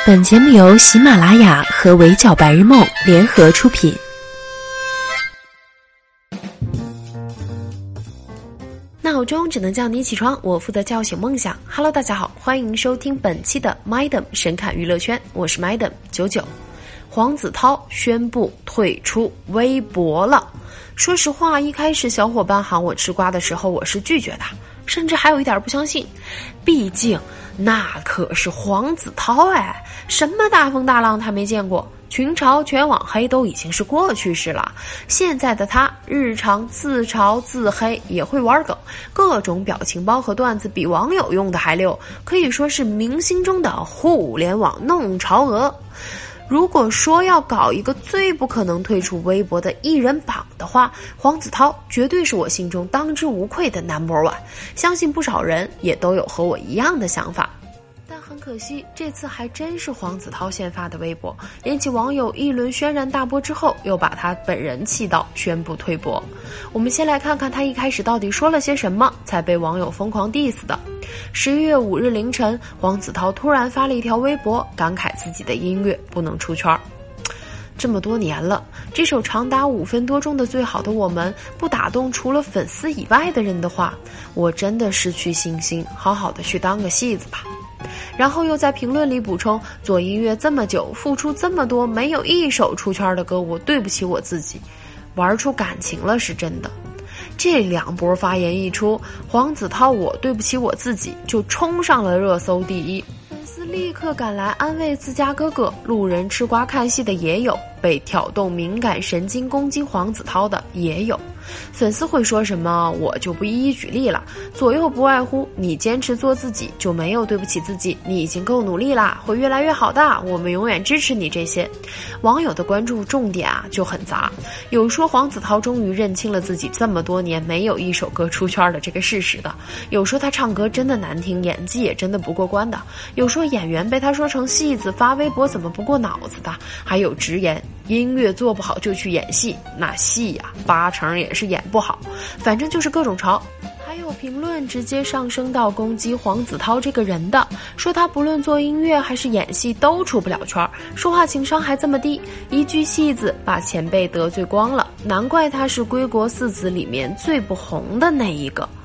本节目由喜马拉雅和围剿白日梦联合出品。闹钟只能叫你起床，我负责叫醒梦想。Hello， 大家好，欢迎收听本期的 Madam 神侃娱乐圈，我是 Madam 99。黄子韬宣布退出微博了。说实话，一开始小伙伴喊我吃瓜的时候，我是拒绝的，甚至还有一点不相信。毕竟那可是黄子韬哎，什么大风大浪他没见过，群嘲全网黑都已经是过去式了。现在的他日常自嘲自黑，也会玩梗，各种表情包和段子比网友用的还溜，可以说是明星中的互联网弄潮儿。如果说要搞一个最不可能退出微博的艺人榜的话，黄子韬绝对是我心中当之无愧的 No.1， 相信不少人也都有和我一样的想法。但很可惜，这次还真是黄子韬先发的微博，引起网友一轮轩然大波之后，又把他本人气到宣布退博。我们先来看看他一开始到底说了些什么，才被网友疯狂 diss 的。11月5日凌晨，黄子韬突然发了一条微博，感慨自己的音乐不能出圈。这么多年了，这首长达5分多钟的《最好的我们》不打动除了粉丝以外的人的话，我真的失去信心，好好的去当个戏子吧。然后又在评论里补充，做音乐这么久，付出这么多，没有一首出圈的歌，我对不起我自己。玩出感情了是真的。这两波发言一出，黄子韬我对不起我自己就冲上了热搜第一，粉丝立刻赶来安慰自家哥哥，路人吃瓜看戏的也有，被挑动敏感神经攻击黄子韬的也有。粉丝会说什么我就不一一举例了，左右不外乎你坚持做自己就没有对不起自己，你已经够努力啦，会越来越好的，我们永远支持你。这些网友的关注重点就很杂，有说黄子韬终于认清了自己这么多年没有一首歌出圈的这个事实的，有说他唱歌真的难听，演技也真的不过关的，有说演员被他说成戏子，发微博怎么不过脑子的，还有直言音乐做不好就去演戏，那戏呀80%也是演不好，反正就是各种嘲。还有评论直接上升到攻击黄子韬这个人的，说他不论做音乐还是演戏都出不了圈，说话情商还这么低，一句戏子把前辈得罪光了，难怪他是归国4子里面最不红的那一个。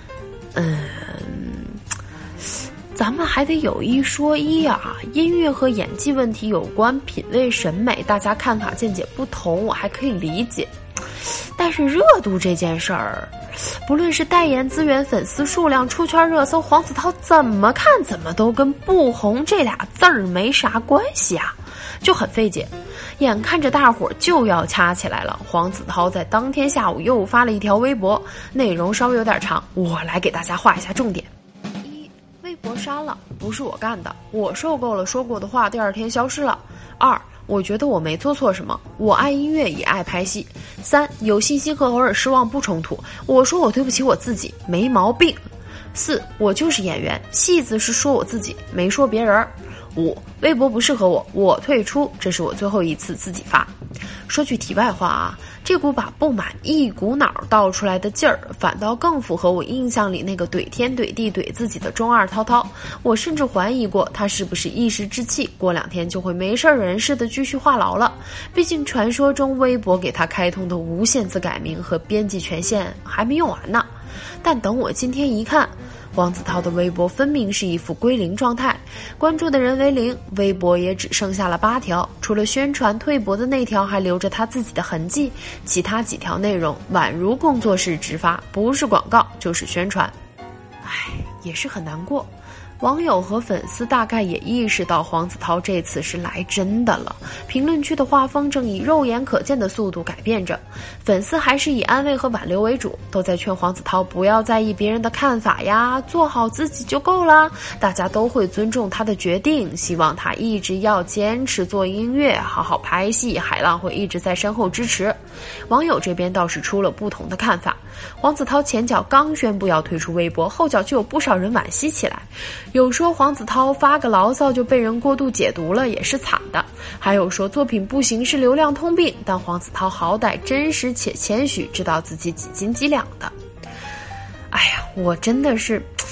咱们还得有一说一啊，音乐和演技问题有关，品味审美，大家看法见解不同，我还可以理解。但是热度这件事儿，不论是代言资源、粉丝数量、出圈热搜，黄子韬怎么看怎么都跟不红这俩字儿没啥关系啊，就很费解。眼看着大伙儿就要掐起来了，黄子韬在当天下午又发了一条微博，内容稍微有点长，我来给大家画一下重点。微博删了，不是我干的，我受够了说过的话第二天消失了。2，我觉得我没做错什么，我爱音乐也爱拍戏。3，有信息和偶尔失望不冲突，我说我对不起我自己，没毛病。4，我就是演员，戏子是说我自己，没说别人。5，微博不适合我，我退出，这是我最后一次自己发。说句题外话啊，这股把不满一股脑倒出来的劲儿，反倒更符合我印象里那个怼天怼地怼自己的中二涛涛。我甚至怀疑过他是不是一时之气，过2天就会没事人似的继续话痨了。毕竟传说中微博给他开通的无限次改名和编辑权限还没用完呢。但等我今天一看，黄子韬的微博分明是一副归零状态，关注的人为0，微博也只剩下了8条，除了宣传退博的那条还留着他自己的痕迹，其他几条内容宛如工作室直发，不是广告就是宣传。也是很难过。网友和粉丝大概也意识到黄子韬这次是来真的了，评论区的画风正以肉眼可见的速度改变着，粉丝还是以安慰和挽留为主，都在劝黄子韬不要在意别人的看法呀，做好自己就够了，大家都会尊重他的决定，希望他一直要坚持做音乐，好好拍戏，海浪会一直在身后支持。网友这边倒是出了不同的看法，黄子韬前脚刚宣布要退出微博，后脚就有不少人惋惜起来，有说黄子韬发个牢骚就被人过度解读了，也是惨的，还有说作品不行是流量通病，但黄子韬好歹真实且谦虚，知道自己几斤几两的。我真的是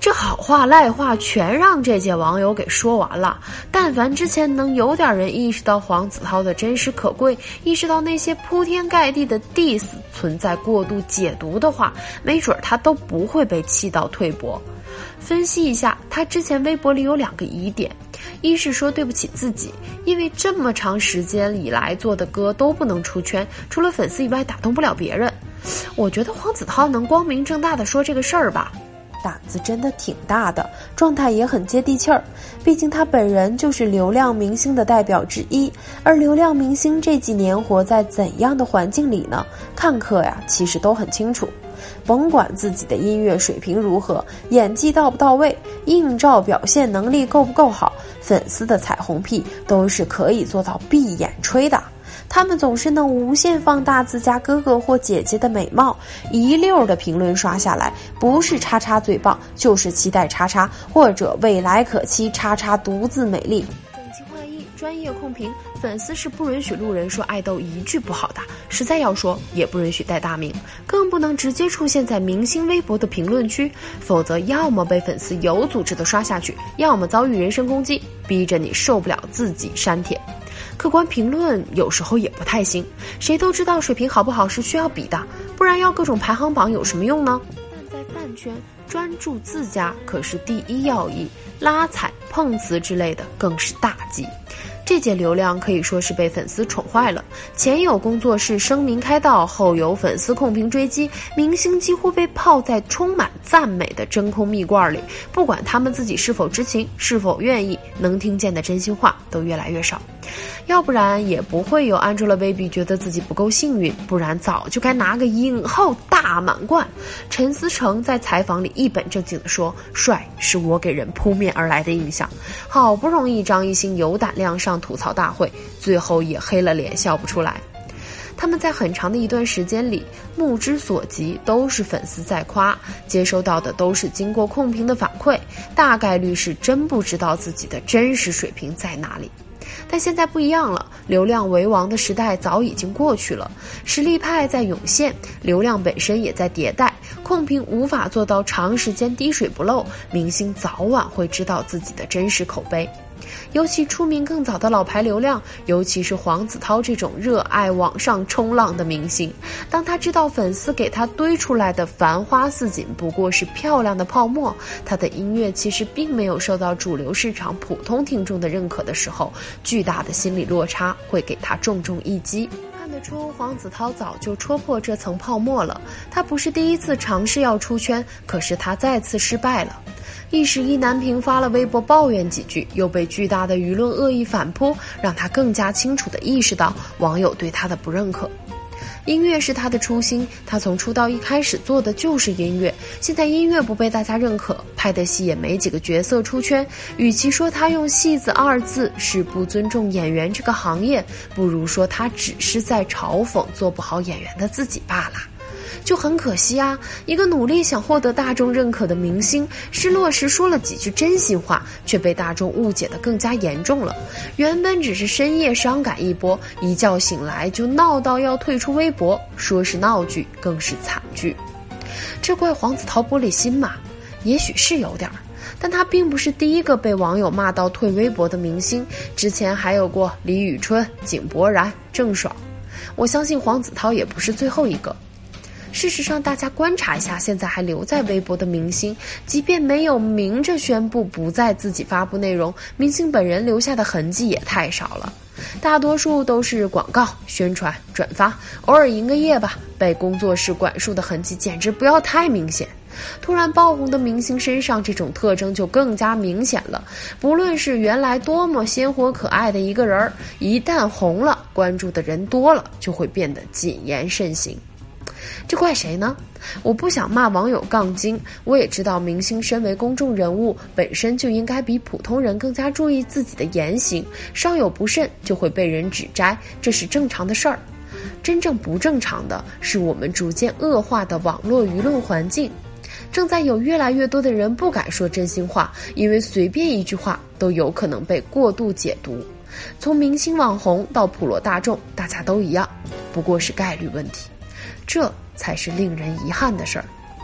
这好话赖话全让这届网友给说完了。但凡之前能有点人意识到黄子韬的真实可贵，意识到那些铺天盖地的 diss 存在过度解读的话，没准他都不会被气到退博。分析一下，他之前微博里有2个疑点，一是说对不起自己，因为这么长时间以来做的歌都不能出圈，除了粉丝以外打动不了别人。我觉得黄子韬能光明正大的说这个事儿吧，胆子真的挺大的，状态也很接地气儿。毕竟他本人就是流量明星的代表之一，而流量明星这几年活在怎样的环境里呢？看客呀，其实都很清楚。甭管自己的音乐水平如何，演技到不到位，映照表现能力够不够好，粉丝的彩虹屁都是可以做到闭眼吹的。他们总是能无限放大自家哥哥或姐姐的美貌，一溜的评论刷下来，不是叉叉最棒，就是期待叉叉，或者未来可期叉叉独自美丽。整齐划一，专业控评，粉丝是不允许路人说爱豆一句不好的，实在要说也不允许带大名，更不能直接出现在明星微博的评论区，否则要么被粉丝有组织的刷下去，要么遭遇人身攻击，逼着你受不了自己删帖。客观评论有时候也不太行，谁都知道水平好不好是需要比的，不然要各种排行榜有什么用呢？但在饭圈，专注自家可是第一要义，拉踩、碰瓷之类的更是大忌。这届流量可以说是被粉丝宠坏了，前有工作室声明开道，后有粉丝控评追击，明星几乎被泡在充滿赞美的真空蜜罐里，不管他们自己是否知情，是否愿意，能听见的真心话都越来越少。要不然也不会有 Angelababy 觉得自己不够幸运，不然早就该拿个影后大满贯。陈思诚在采访里一本正经地说，帅是我给人扑面而来的印象。好不容易张艺兴有胆量上吐槽大会，最后也黑了脸笑不出来。他们在很长的一段时间里，目之所及都是粉丝在夸，接收到的都是经过控评的反馈，大概率是真不知道自己的真实水平在哪里。但现在不一样了，流量为王的时代早已经过去了，实力派在涌现，流量本身也在迭代，控评无法做到长时间滴水不漏，明星早晚会知道自己的真实口碑。尤其出名更早的老牌流量，尤其是黄子韬这种热爱网上冲浪的明星，当他知道粉丝给他堆出来的繁花似锦不过是漂亮的泡沫，他的音乐其实并没有受到主流市场普通听众的认可的时候，巨大的心理落差会给他重重一击。看得出黄子韬早就戳破这层泡沫了，他不是第一次尝试要出圈，可是他再次失败了。一时意难平，发了微博抱怨几句，又被巨大的舆论恶意反扑，让他更加清楚地意识到网友对他的不认可。音乐是他的初心，他从出道一开始做的就是音乐，现在音乐不被大家认可，拍的戏也没几个角色出圈，与其说他用戏子2字是不尊重演员这个行业，不如说他只是在嘲讽做不好演员的自己罢了。就很可惜啊，一个努力想获得大众认可的明星，失落时说了几句真心话，却被大众误解得更加严重了。原本只是深夜伤感一波，一觉醒来就闹到要退出微博，说是闹剧，更是惨剧。这怪黄子韬玻璃心嘛？也许是有点儿，但他并不是第一个被网友骂到退微博的明星，之前还有过李宇春、井柏然、郑爽，我相信黄子韬也不是最后一个。事实上，大家观察一下现在还留在微博的明星，即便没有明着宣布不再自己发布内容，明星本人留下的痕迹也太少了。大多数都是广告、宣传、转发，偶尔营个业吧，被工作室管束的痕迹简直不要太明显。突然爆红的明星身上这种特征就更加明显了，不论是原来多么鲜活可爱的一个人，一旦红了，关注的人多了，就会变得谨言慎行。这怪谁呢？我不想骂网友杠精，我也知道明星身为公众人物，本身就应该比普通人更加注意自己的言行，稍有不慎就会被人指摘，这是正常的事儿。真正不正常的是我们逐渐恶化的网络舆论环境，正在有越来越多的人不敢说真心话，因为随便一句话都有可能被过度解读。从明星网红到普罗大众，大家都一样，不过是概率问题。这才是令人遗憾的事儿。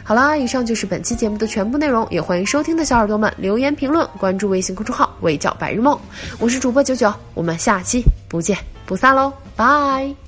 好啦，以上就是本期节目的全部内容，也欢迎收听的小耳朵们留言评论，关注微信公众号“微教白日梦”，我是主播99，我们下期不见不散喽，拜。